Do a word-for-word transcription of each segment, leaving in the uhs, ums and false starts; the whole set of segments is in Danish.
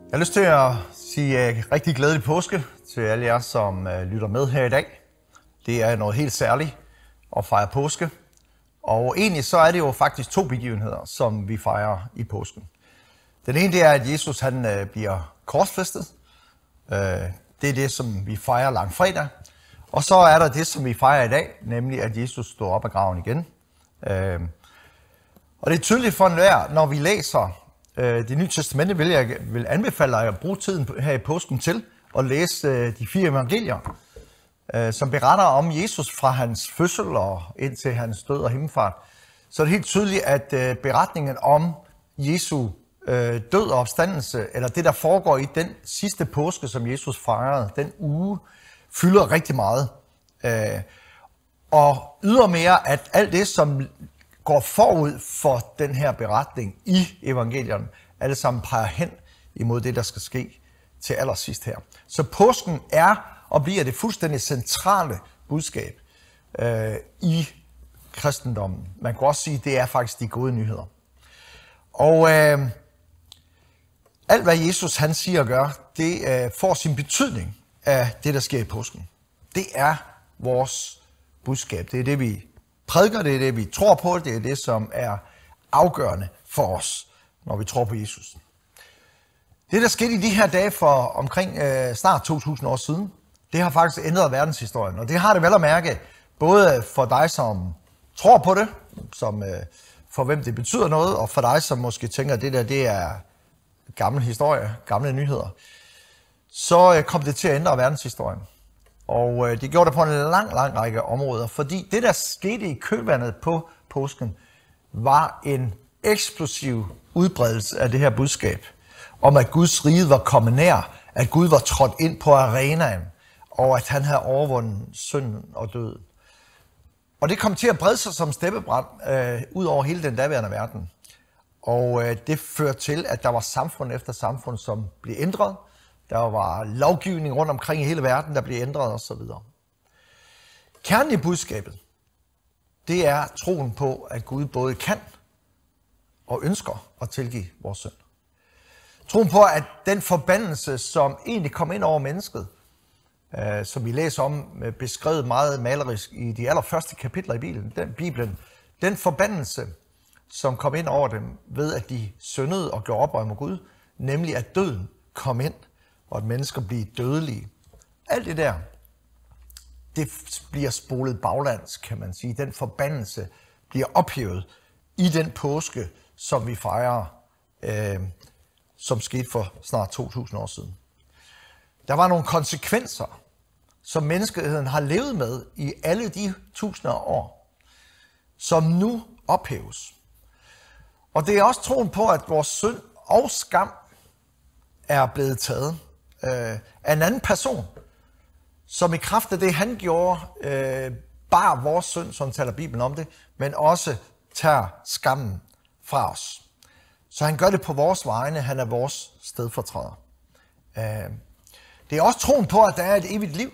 Jeg har lyst til at sige uh, rigtig glædelig påske til alle jer, som uh, lytter med her i dag. Det er noget helt særligt at fejre påske. Og egentlig så er det jo faktisk to begivenheder, som vi fejrer i påsken. Den ene det er, at Jesus han uh, bliver korsfæstet. Uh, det er det, som vi fejrer langfredag. Og så er der det, som vi fejrer i dag, nemlig at Jesus står op af graven igen. Uh, og det er tydeligt for enhver, når vi læser Det Nye Testamente, vil jeg vil anbefale dig at bruge tiden her i påsken til at læse de fire evangelier, som beretter om Jesus fra hans fødsel og indtil hans død og himmelfart. Så er det helt tydeligt, at beretningen om Jesu død og opstandelse, eller det, der foregår i den sidste påske, som Jesus fejrede, den uge, fylder rigtig meget. Og ydermere, at alt det, som går forud for den her beretning i evangelierne, alle sammen peger hen imod det, der skal ske til allersidst her. Så påsken er og bliver det fuldstændig centrale budskab øh, i kristendommen. Man kan også sige, at det er faktisk de gode nyheder. Og øh, alt, hvad Jesus han siger og gør, det øh, får sin betydning af det, der sker i påsken. Det er vores budskab. Det er det, vi prædiker, det er det, vi tror på, det er det, som er afgørende for os, når vi tror på Jesus. Det, der skete i de her dage for omkring øh, snart to tusind år siden, det har faktisk ændret verdenshistorien. Og det har det vel at mærke, både for dig, som tror på det, som, øh, for hvem det betyder noget, og for dig, som måske tænker, at det der det er gammel historie, gamle nyheder. Så øh, kom det til at ændre verdenshistorien. Og øh, det gjorde det på en lang, lang række områder, fordi det, der skete i kølvandet på påsken, var en eksplosiv udbredelse af det her budskab, om at Guds rige var kommet nær, at Gud var trådt ind på arenaen, og at han havde overvundet synden og døden. Og det kom til at brede sig som steppebrand øh, ud over hele den daværende verden. Og øh, det førte til, at der var samfund efter samfund, som blev ændret. Der var lovgivning rundt omkring i hele verden, der blev ændret osv. Kernen i budskabet, det er troen på, at Gud både kan og ønsker at tilgive vores synd. Troen på, at den forbandelse, som egentlig kom ind over mennesket, øh, som vi læser om beskrevet meget malerisk i de allerførste kapitler i Bibelen, den, Bibelen, den forbandelse, som kom ind over dem ved, at de syndede og gjorde oprør mod Gud, nemlig at døden kom ind, og at mennesker bliver dødelige. Alt det der, det bliver spolet baglands, kan man sige. Den forbandelse bliver ophævet i den påske, som vi fejrer, øh, som skete for snart to tusind år siden. Der var nogle konsekvenser, som menneskeheden har levet med i alle de tusinder af år, som nu ophæves. Og det er også troen på, at vores synd og skam er blevet taget øh, af en anden person, som i kraft af det, han gjorde, øh, bar vores synd, som taler Bibelen om det, men også tager skammen fra os. Så han gør det på vores vegne, han er vores stedfortræder. Øh, det er også troen på, at der er et evigt liv,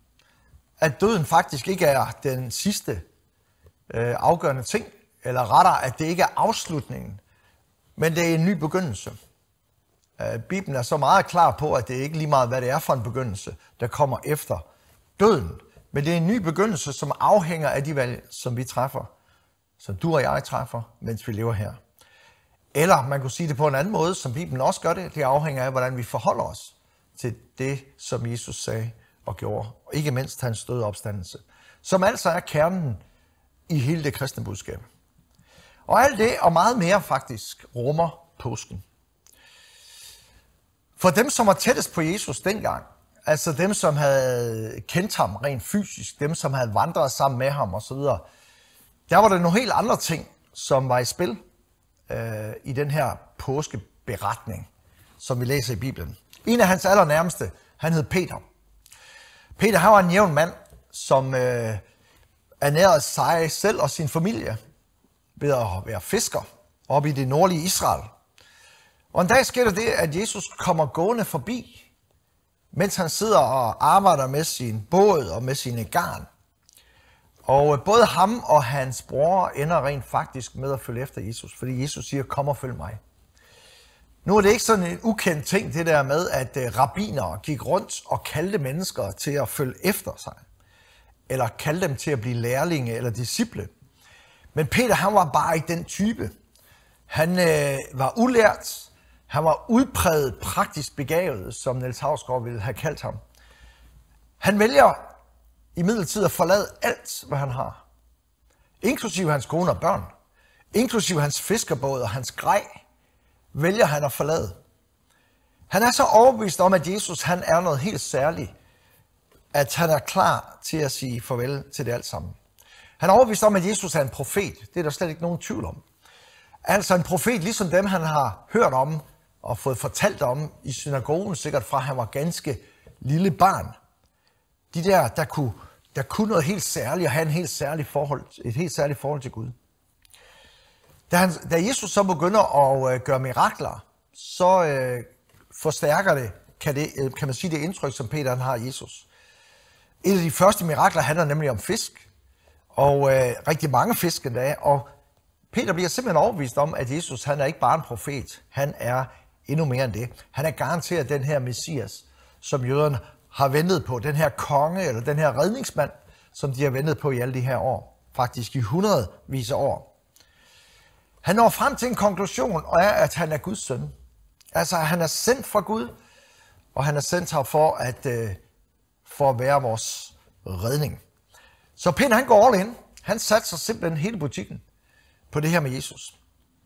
at døden faktisk ikke er den sidste øh, afgørende ting, eller rettere, at det ikke er afslutningen, men det er en ny begyndelse. Bibelen er så meget klar på, at det ikke lige meget, hvad det er for en begyndelse, der kommer efter døden. Men det er en ny begyndelse, som afhænger af de valg, som vi træffer, som du og jeg træffer, mens vi lever her. Eller man kunne sige det på en anden måde, som Bibelen også gør det. Det afhænger af, hvordan vi forholder os til det, som Jesus sagde og gjorde. Og ikke mindst hans død og opstandelse. Som altså er kernen i hele det kristne budskab. Og alt det og meget mere faktisk rummer påsken. For dem, som var tættest på Jesus dengang, altså dem, som havde kendt ham rent fysisk, dem, som havde vandret sammen med ham osv., der var der nogle helt andre ting, som var i spil øh, i den her påskeberetning, som vi læser i Bibelen. En af hans allernærmeste, han hed Peter. Peter, han var en jævn mand, som øh, ernærede sig selv og sin familie ved at være fisker oppe i det nordlige Israel. Og en dag sker der det, at Jesus kommer gående forbi, mens han sidder og arbejder med sin båd og med sine garn. Og både ham og hans bror ender rent faktisk med at følge efter Jesus, fordi Jesus siger, kom og følg mig. Nu er det ikke sådan en ukendt ting, det der med, at uh, rabbinere gik rundt og kaldte mennesker til at følge efter sig. Eller kaldte dem til at blive lærlinge eller disciple. Men Peter, han var bare ikke den type. Han øh, var ulært. Han var udpræget praktisk begavet, som Niels Hausgaard ville have kaldt ham. Han vælger imidlertid at forlade alt, hvad han har. Inklusive hans kone og børn. Inklusive hans fiskerbåd og hans grej, vælger han at forlade. Han er så overbevist om, at Jesus han er noget helt særligt, at han er klar til at sige farvel til det alt sammen. Han er overbevist om, at Jesus er en profet. Det er der slet ikke nogen tvivl om. Altså en profet, ligesom dem, han har hørt om og fået fortalt om i synagogen, sikkert fra han var ganske lille barn. De der, der kunne, der kunne noget helt særligt og have en helt særlig forhold, et helt særligt forhold til Gud. Da, han, da Jesus så begynder at øh, gøre mirakler, så øh, forstærker det kan, det, øh, kan man sige, det indtryk, som Peter han har af Jesus. Et af de første mirakler handler nemlig om fisk, og øh, rigtig mange fisk endda, og Peter bliver simpelthen overbevist om, at Jesus han er ikke bare en profet, han er endnu mere end det. Han er garanteret den her Messias, som jøderne har ventet på, den her konge eller den her redningsmand, som de har ventet på i alle de her år, faktisk i hundredvis af år. Han når frem til en konklusion, og er, at han er Guds søn. Altså, han er sendt fra Gud, og han er sendt her for at, øh, for at være vores redning. Så Peter, han går all in. Han satte sig simpelthen hele butikken på det her med Jesus.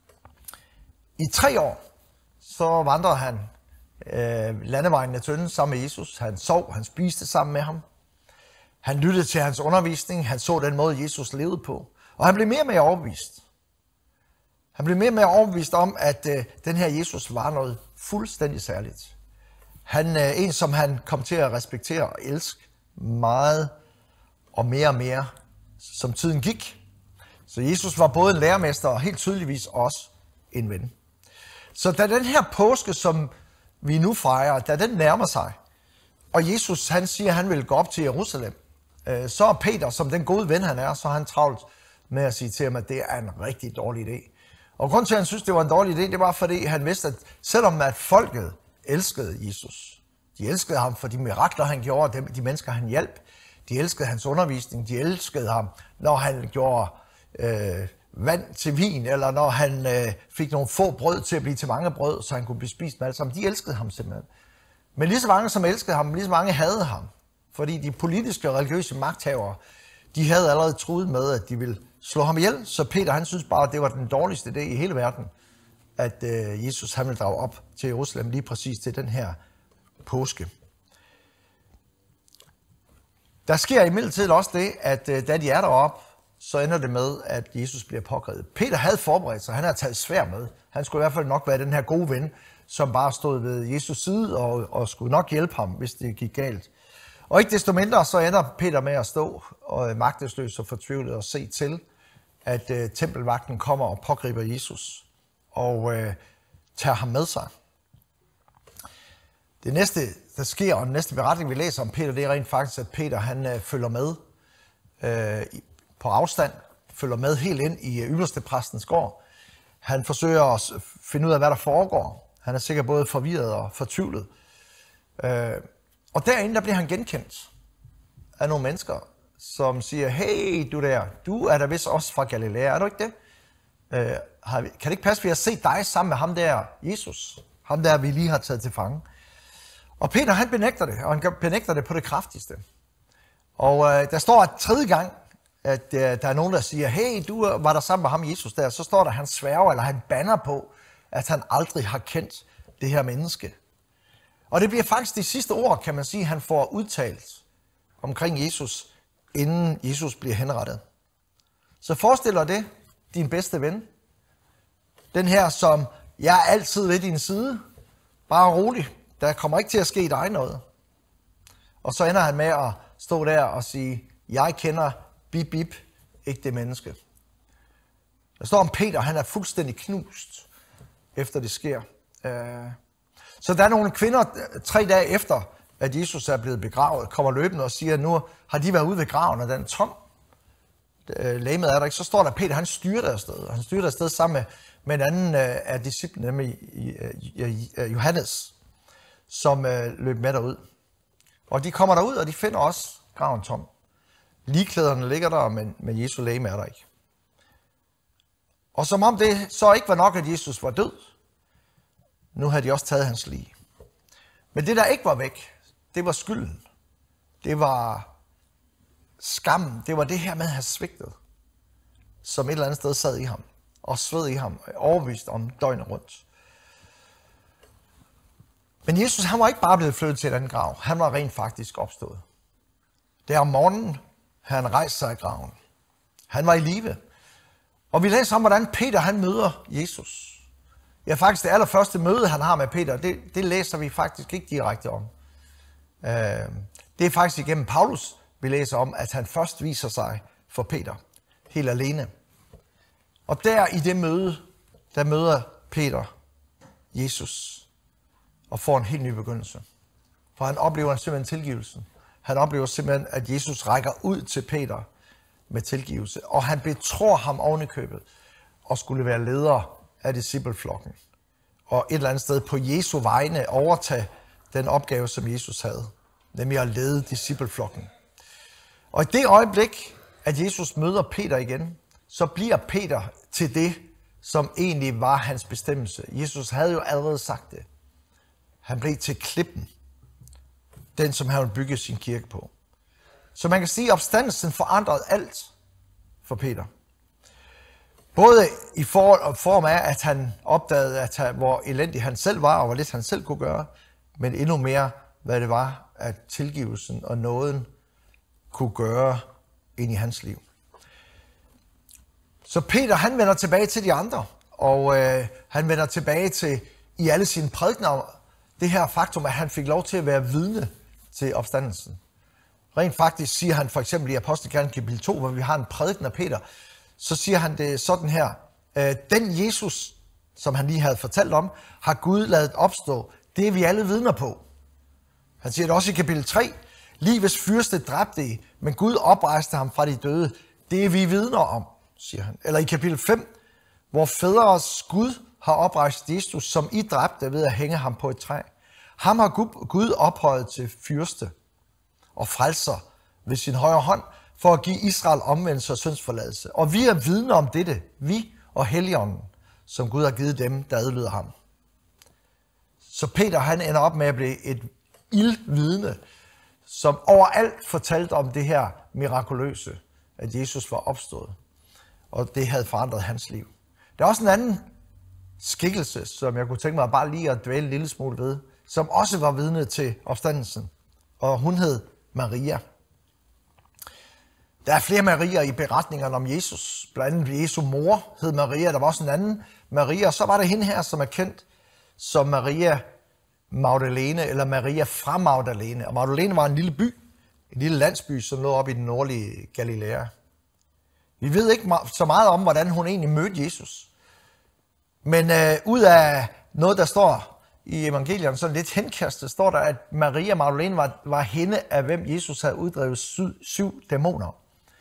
I tre år, så vandrede han øh, landevejen af Tønden sammen med Jesus. Han sov, han spiste sammen med ham. Han lyttede til hans undervisning, han så den måde, Jesus levede på. Og han blev mere og mere overbevist. Han blev mere og mere overbevist om, at øh, den her Jesus var noget fuldstændig særligt. Han er øh, en, som han kom til at respektere og elske meget og mere og mere, som tiden gik. Så Jesus var både en lærermester og helt tydeligvis også en ven. Så da den her påske, som vi nu fejrer, da den nærmer sig, og Jesus han siger, at han vil gå op til Jerusalem, øh, så er Peter, som den gode ven han er, så er han travlt med at sige til ham, at det er en rigtig dårlig idé. Og grunden til, at han synes, det var en dårlig idé, det var, fordi han vidste, at selvom at folket elskede Jesus, de elskede ham for de mirakler, han gjorde, de mennesker, han hjalp, de elskede hans undervisning, de elskede ham, når han gjorde øh, vand til vin, eller når han øh, fik nogle få brød til at blive til mange brød, så han kunne blive spist med alt sammen. De elskede ham simpelthen. Men lige så mange, som elskede ham, lige så mange hadede ham. Fordi de politiske og religiøse magthavere, de havde allerede truet med, at de ville slå ham ihjel. Så Peter, han synes bare, at det var den dårligste idé i hele verden, at øh, Jesus han ville drage op til Jerusalem lige præcis til den her påske. Der sker imidlertid også det, at øh, da de er deroppe, så ender det med, at Jesus bliver pågrebet. Peter havde forberedt sig, han havde taget sværd med. Han skulle i hvert fald nok være den her gode ven, som bare stod ved Jesus side og, og skulle nok hjælpe ham, hvis det gik galt. Og ikke desto mindre, så ender Peter med at stå og magtesløs og fortvivlet og se til, at øh, tempelvagten kommer og pågriber Jesus og øh, tager ham med sig. Det næste, der sker, og den næste beretning, vi læser om Peter, det er rent faktisk, at Peter han øh, følger med øh, på afstand, følger med helt ind i ypperste præstens gård. Han forsøger at finde ud af, hvad der foregår. Han er sikkert både forvirret og fortvivlet. Øh, og derinde, der bliver han genkendt af nogle mennesker, som siger, hey, du der, du er da vist også fra Galilea, er du ikke det? Øh, har vi, kan det ikke passe, at vi har set dig sammen med ham der, Jesus? Ham der, vi lige har taget til fange. Og Peter, han benægter det, og han benægter det på det kraftigste. Og øh, der står at tredje gang, at øh, der er nogen, der siger, hey, du var der sammen med ham, Jesus der. Så står der, at han sværger, eller han banner på, at han aldrig har kendt det her menneske. Og det bliver faktisk de sidste ord, kan man sige, han får udtalt omkring Jesus, inden Jesus bliver henrettet. Så forestil dig det, din bedste ven. Den her, som jeg er altid ved din side. Bare rolig. Der kommer ikke til at ske dig noget. Og så ender han med at stå der og sige, jeg kender bip bip, ikke det menneske. Der står om Peter, han er fuldstændig knust, efter det sker. Så der er nogle kvinder, tre dage efter, at Jesus er blevet begravet, kommer løbende og siger, at nu har de været ude ved graven, og den er tom. Lægemet er der ikke. Så står der, Peter, han styrter afsted. Han styrter afsted sammen med, med en anden øh, af disciplene, nemlig øh, Johannes, som øh, løb med derud. Og de kommer derud, og de finder også graven tom. Ligklæderne ligger der, men, men Jesu legeme er der ikke. Og som om det så ikke var nok, at Jesus var død, nu havde de også taget hans lig. Men det, der ikke var væk, det var skylden. Det var skammen. Det var det her med at have svigtet, som et eller andet sted sad i ham, og sved i ham, overbevist om døgnet rundt. Men Jesus, han var ikke bare blevet flyttet til et andet grav. Han var rent faktisk opstået. Det er om morgenen, han rejste sig i graven. Han var i live. Og vi læser om, hvordan Peter han møder Jesus. Ja, faktisk det allerførste møde, han har med Peter, det, det læser vi faktisk ikke direkte om. Øh, det er faktisk igennem Paulus, vi læser om, at han først viser sig for Peter, helt alene. Og der i det møde, der møder Peter Jesus og får en helt ny begyndelse. For han oplever simpelthen tilgivelsen. Han oplever simpelthen, at Jesus rækker ud til Peter med tilgivelse. Og han betror ham oven i købet og skulle være leder af discipleflokken. Og et eller andet sted på Jesu vegne overtage den opgave, som Jesus havde. Nemlig at lede discipleflokken. Og i det øjeblik, at Jesus møder Peter igen, så bliver Peter til det, som egentlig var hans bestemmelse. Jesus havde jo allerede sagt det. Han blev til klippen. Den, som han ville bygge sin kirke på. Så man kan sige, at opstandelsen forandrede alt for Peter. Både i form af, at han opdagede, at han, hvor elendig han selv var, og hvor lidt han selv kunne gøre, men endnu mere, hvad det var, at tilgivelsen og nåden kunne gøre ind i hans liv. Så Peter, han vender tilbage til de andre, og øh, han vender tilbage til i alle sine prædikener det her faktum, at han fik lov til at være vidne til opstandelsen. Rent faktisk siger han for eksempel i Apostelgerningen kapitel to, hvor vi har en prædiken af Peter, så siger han det sådan her. Den Jesus, som han lige havde fortalt om, har Gud ladet opstå. Det er vi alle vidner på. Han siger det også i kapitel tre. Livets fyrste dræbte I, men Gud oprejste ham fra de døde. Det er vi vidner om, siger han. Eller i kapitel fem, hvor fædres Gud har oprejst Jesus, som I dræbte ved at hænge ham på et træ. Ham har Gud ophøjet til fyrste og frelser ved sin højre hånd, for at give Israel omvendelse og syndsforladelse. Og vi er vidner om dette, vi og Helligånden, som Gud har givet dem, der adlyder ham. Så Peter, han ender op med at blive et ildvidne, som overalt fortalte om det her mirakuløse, at Jesus var opstået. Og det havde forandret hans liv. Der er også en anden skikkelse, som jeg kunne tænke mig bare lige at dvæle en lille smule ved, som også var vidne til opstandelsen. Og hun hed Maria. Der er flere Marier i beretningerne om Jesus. Blandt andet Jesu mor hed Maria. Der var også en anden Maria. Og så var der hende her, som er kendt som Maria Magdalene, eller Maria fra Magdalene. Og Magdalene var en lille by, en lille landsby, som lå op i den nordlige Galilea. Vi ved ikke så meget om, hvordan hun egentlig mødte Jesus. Men øh, ud af noget, der står i evangelierne, sådan lidt henkastet, står der, at Maria Magdalene var, var hende, af hvem Jesus havde uddrevet syv, syv dæmoner.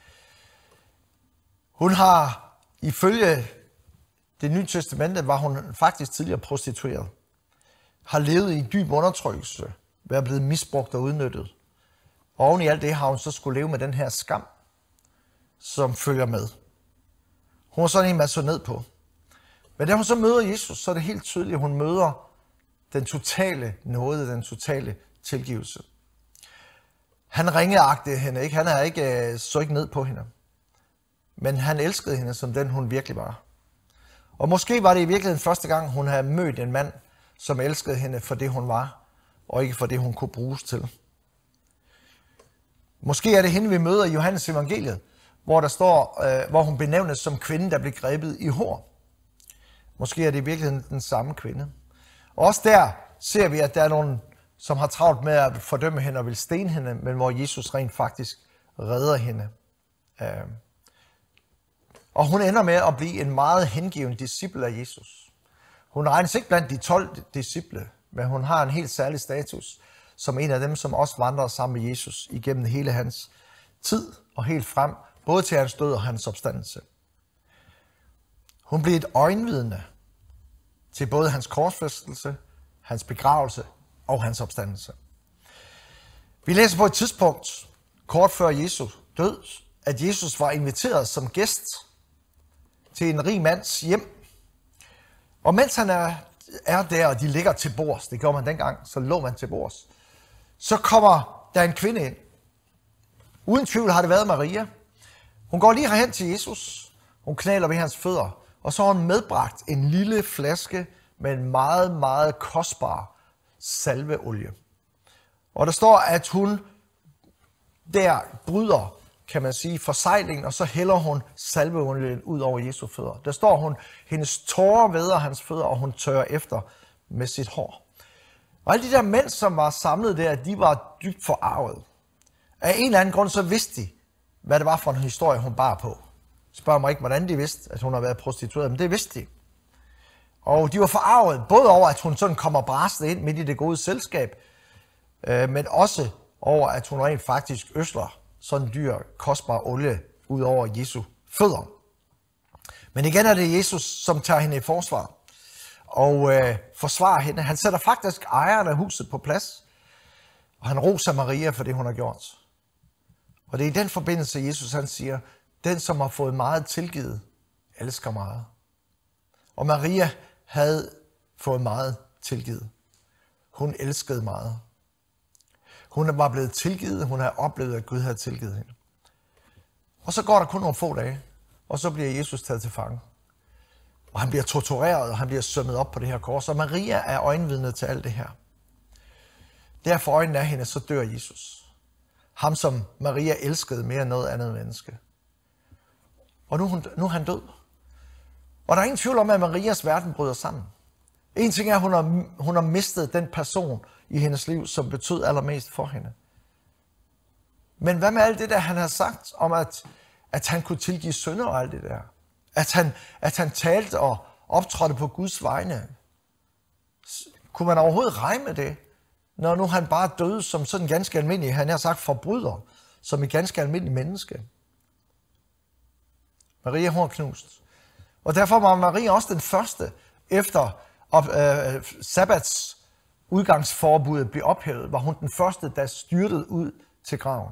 Hun har, ifølge det nye testamente, var hun faktisk tidligere prostitueret. Har levet i dyb undertrykkelse, været blevet misbrugt og udnyttet. Og oven i alt det har hun så skulle leve med den her skam, som følger med. Hun er sådan en, man så ned på. Men da hun så møder Jesus, så er det helt tydeligt, at hun møder den totale nåde, den totale tilgivelse. Han ringeagtede hende ikke, han er ikke så ikke ned på hende. Men han elskede hende som den, hun virkelig var. Og måske var det i virkeligheden første gang, hun havde mødt en mand, som elskede hende for det, hun var, og ikke for det, hun kunne bruges til. Måske er det hende, vi møder i Johannes evangeliet, hvor der står, øh, hvor hun benævnes som kvinde, der blev grebet i hår. Måske er det i virkeligheden den samme kvinde. Og også der ser vi, at der er nogen, som har travlt med at fordømme hende og vil stene hende, men hvor Jesus rent faktisk redder hende. Og hun ender med at blive en meget hengiven disciple af Jesus. Hun regnes ikke blandt de tolv disciple, men hun har en helt særlig status, som en af dem, som også vandrer sammen med Jesus igennem hele hans tid og helt frem, både til hans død og hans opstandelse. Hun blev et øjenvidne til både hans korsfæstelse, hans begravelse og hans opstandelse. Vi læser på et tidspunkt, kort før Jesu død, at Jesus var inviteret som gæst til en rig mands hjem. Og mens han er, er der, og de ligger til bords, det gjorde man dengang, så lå man til bords, så kommer der en kvinde ind. Uden tvivl har det været Maria. Hun går lige herhen til Jesus. Hun knæler ved hans fødder. Og så har hun medbragt en lille flaske med en meget, meget kostbar salveolie. Og der står, at hun der bryder, kan man sige, forsejlingen, og så hælder hun salveolien ud over Jesu fødder. Der står hun, hendes tårer væder hans fødder, og hun tørrer efter med sit hår. Og alle de der mænd, som var samlet der, de var dybt forarvet. Af en eller anden grund, så vidste de, hvad det var for en historie, hun bar på. Spørg mig ikke, hvordan de vidste, at hun har været prostitueret, men det vidste de. Og de var forarvet, både over, at hun sådan kommer brasende ind midt i det gode selskab, øh, men også over, at hun rent faktisk øsler sådan en dyr, kostbar olie ud over Jesu fødder. Men igen er det Jesus, som tager hende i forsvar og øh, forsvarer hende. Han sætter faktisk ejeren af huset på plads, og han roser Maria for det, hun har gjort. Og det er i den forbindelse, Jesus han siger, den, som har fået meget tilgivet, elsker meget. Og Maria havde fået meget tilgivet. Hun elskede meget. Hun var blevet tilgivet, hun havde oplevet, at Gud havde tilgivet hende. Og så går der kun nogle få dage, og så bliver Jesus taget til fange. Og han bliver tortureret, og han bliver sømmet op på det her kors. Og Maria er øjenvidne til alt det her. Derfor øjnene af hende, så dør Jesus. Ham, som Maria elskede mere end noget andet menneske. Og nu, hun, nu er han død. Og der er ingen tvivl om, at Marias verden bryder sammen. En ting er, at hun har, hun har mistet den person i hendes liv, som betød allermest for hende. Men hvad med alt det der, han har sagt om, at, at han kunne tilgive synder og alt det der? At han, at han talte og optrådte på Guds vegne? Kunne man overhovedet regne med det, når nu han bare døde som sådan ganske almindelig, han har sagt forbryder, som et ganske almindeligt menneske? Maria, hun er knust. Og derfor var Maria også den første, efter øh, sabbats udgangsforbuddet blev ophævet, var hun den første, der styrtede ud til graven.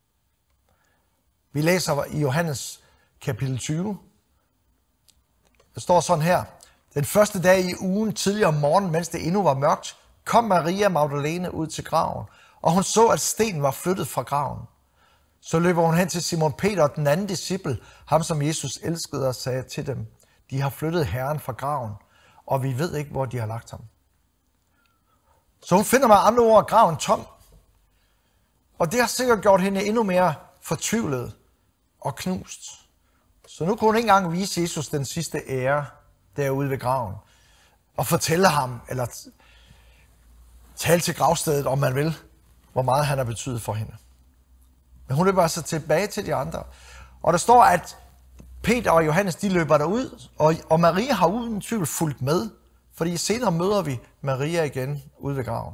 Vi læser i Johannes kapitel tyve. Der står sådan her. Den første dag i ugen, tidligere om morgenen, mens det endnu var mørkt, kom Maria Magdalene ud til graven, og hun så, at stenen var flyttet fra graven. Så løber hun hen til Simon Peter og den anden disciple, ham som Jesus elskede, og sagde til dem, de har flyttet Herren fra graven, og vi ved ikke, hvor de har lagt ham. Så hun finder med andre ord graven tom. Og det har sikkert gjort hende endnu mere fortvivlet og knust. Så nu kunne hun ikke engang vise Jesus den sidste ære derude ved graven, og fortælle ham, eller tale til gravstedet, om man vil, hvor meget han har betydet for hende. Men hun løber altså tilbage til de andre. Og der står, at Peter og Johannes, de løber derud, og, og Maria har uden tvivl fulgt med, fordi senere møder vi Maria igen ude ved graven.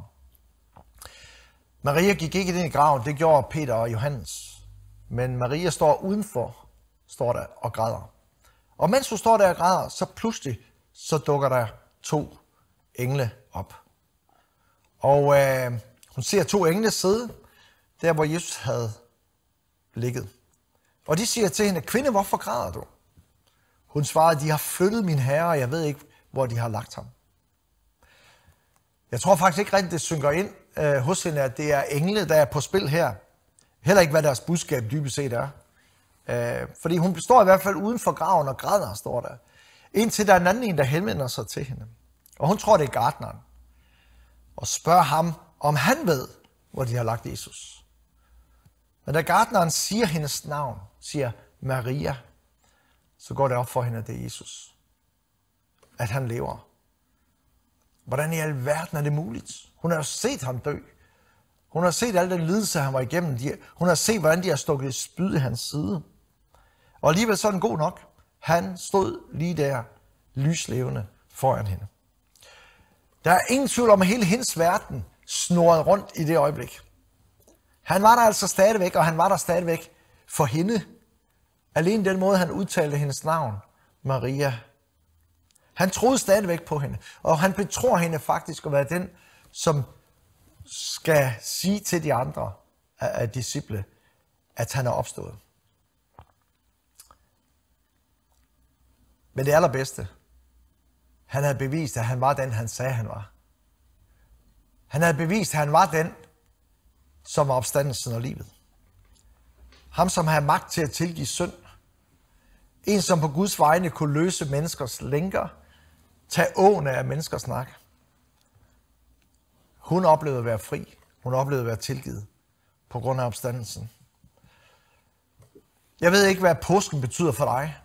Maria gik ikke ind i graven, det gjorde Peter og Johannes. Men Maria står udenfor, står der og græder. Og mens hun står der og græder, så pludselig så dukker der to engle op. Og øh, hun ser to engle sidde der, hvor Jesus havde ligget. Og de siger til hende, kvinde, hvorfor græder du? Hun svarede, de har flyttet min herre, og jeg ved ikke, hvor de har lagt ham. Jeg tror faktisk ikke rigtigt, det synker ind øh, hos hende, at det er engle, der er på spil her. Heller ikke, hvad deres budskab dybest set er. Øh, fordi hun står i hvert fald uden for graven og græder, står der. Indtil der er en anden en, der henvender sig til hende. Og hun tror, det er gartneren. Og spørger ham, om han ved, hvor de har lagt Jesus. Men da gartneren siger hendes navn, siger Maria, så går det op for hende, at det er Jesus. At han lever. Hvordan i alverden er det muligt? Hun har jo set ham dø. Hun har set al den lidelse, han var igennem. Hun har set, hvordan de har stukket spyd i hans side. Og alligevel så er den god nok. Han stod lige der, lyslevende foran hende. Der er ingen tvivl om, at hele hendes verden snurrede rundt i det øjeblik. Han var der altså stadigvæk, og han var der stadigvæk for hende. Alene den måde, han udtalte hendes navn, Maria, Han troede stadigvæk på hende, og han betror hende faktisk at være den, som skal sige til de andre af, af disciple, at han er opstået. Men det allerbedste, han havde bevist, at han var den, han sagde, han var. Han havde bevist, at han var den, som var opstandelsen og livet. Ham, som havde magt til at tilgive synd. En, som på Guds vegne kunne løse menneskers lænker, tage åene af menneskers snak. Hun oplevede at være fri. Hun oplevede at være tilgivet på grund af opstandelsen. Jeg ved ikke, hvad påsken betyder for dig.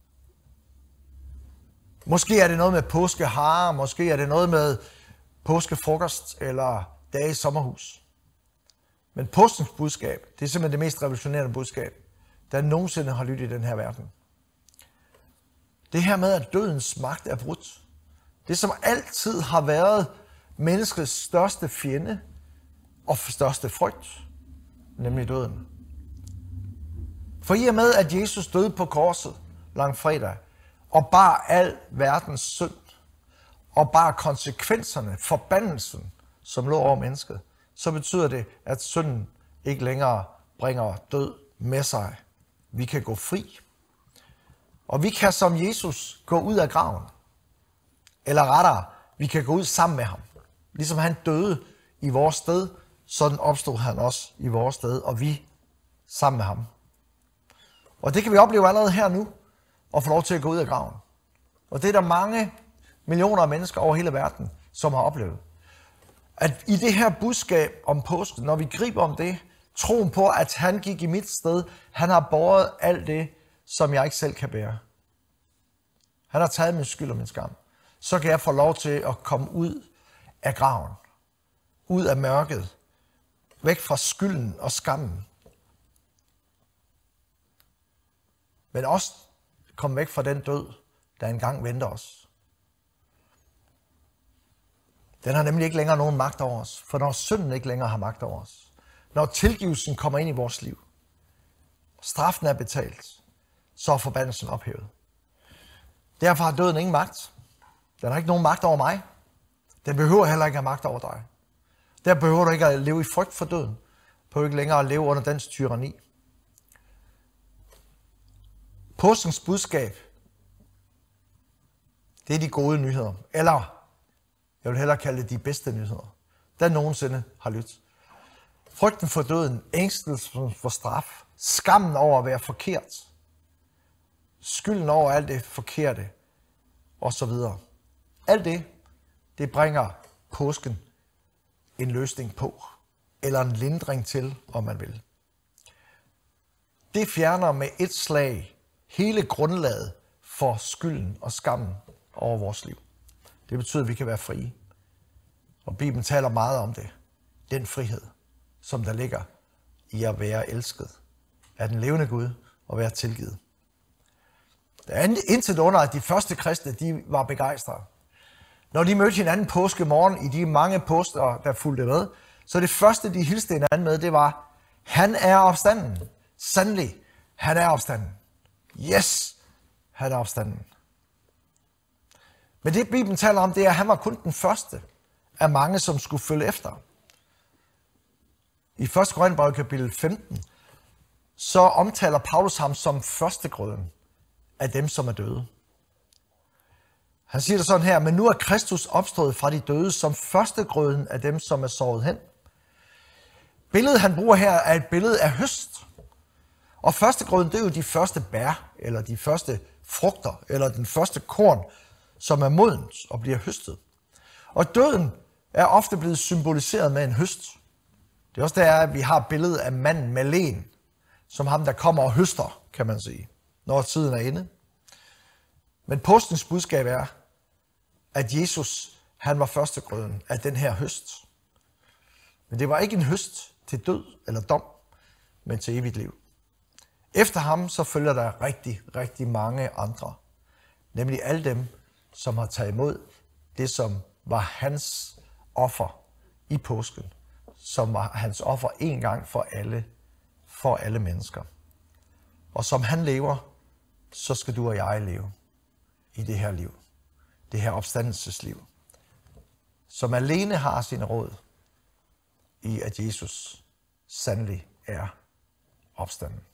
Måske er det noget med påskehare, måske er det noget med påskefrokost eller dage i sommerhus. Men påskens budskab, det er simpelthen det mest revolutionerende budskab, der nogensinde har lyttet i den her verden. Det her med, at dødens magt er brudt. Det, som altid har været menneskets største fjende og største frygt, nemlig døden. For i og med, at Jesus døde på korset langfredag, og bar al verdens synd, og bar konsekvenserne, forbandelsen, som lå over mennesket, så betyder det, at synden ikke længere bringer død med sig. Vi kan gå fri. Og vi kan som Jesus gå ud af graven. Eller rettere, vi kan gå ud sammen med ham. Ligesom han døde i vores sted, sådan opstod han også i vores sted, og vi sammen med ham. Og det kan vi opleve allerede her nu, og få lov til at gå ud af graven. Og det er der mange millioner af mennesker over hele verden, som har oplevet. At i det her budskab om påsken, når vi griber om det, troen på, at han gik i mit sted, han har båret alt det, som jeg ikke selv kan bære. Han har taget min skyld og min skam. Så kan jeg få lov til at komme ud af graven. Ud af mørket. Væk fra skylden og skammen. Men også komme væk fra den død, der engang venter os. Den har nemlig ikke længere nogen magt over os. For når synden ikke længere har magt over os. Når tilgivelsen kommer ind i vores liv. Straffen er betalt. Så er forbandelsen ophævet. Derfor har døden ingen magt. Den har ikke nogen magt over mig. Den behøver heller ikke at have magt over dig. Der behøver du ikke at leve i frygt for døden. Du behøver ikke længere at leve under dens tyranni. Påskens budskab, det er de gode nyheder. Eller, jeg vil hellere kalde det de bedste nyheder, der nogensinde har lyttet. Frygten for døden, ængstelsen for straf, skammen over at være forkert, skylden over alt det forkerte, og så videre. Alt det, det bringer påsken en løsning på, eller en lindring til, om man vil. Det fjerner med et slag hele grundlaget for skylden og skammen over vores liv. Det betyder, at vi kan være frie. Og Bibelen taler meget om det. Den frihed, som der ligger i at være elsket af den levende Gud og være tilgivet. Det er intet under, at de første kristne, de var begejstrede. Når de mødte hinanden påskemorgen i de mange påsker, der fulgte med, så det første, de hilste hinanden med, det var, han er opstanden. Sandelig, han er opstanden. Yes, han er opstanden. Men det Bibelen taler om, det er, at han var kun den første af mange, som skulle følge efter. I første Korintherbrev kapitel femten, så omtaler Paulus ham som førstegrøden af dem, som er døde. Han siger det sådan her, men nu er Kristus opstået fra de døde som førstegrøden af dem, som er såret hen. Billedet, han bruger her, er et billede af høst. Og førstegrøden, det er jo de første bær, eller de første frugter, eller den første korn, som er modent og bliver høstet. Og døden er ofte blevet symboliseret med en høst. Det er også der, at vi har billedet af manden med len, som ham, der kommer og høster, kan man sige, når tiden er inde. Men påskens budskab er, at Jesus, han var førstegrøden af den her høst. Men det var ikke en høst til død eller dom, men til evigt liv. Efter ham så følger der rigtig, rigtig mange andre. Nemlig alle dem, som har taget imod det, som var hans offer i påsken. Som var hans offer en gang for alle, for alle mennesker. Og som han lever, så skal du og jeg leve i det her liv. det her opstandelsesliv, som alene har sin råd i, at Jesus sandelig er opstanden.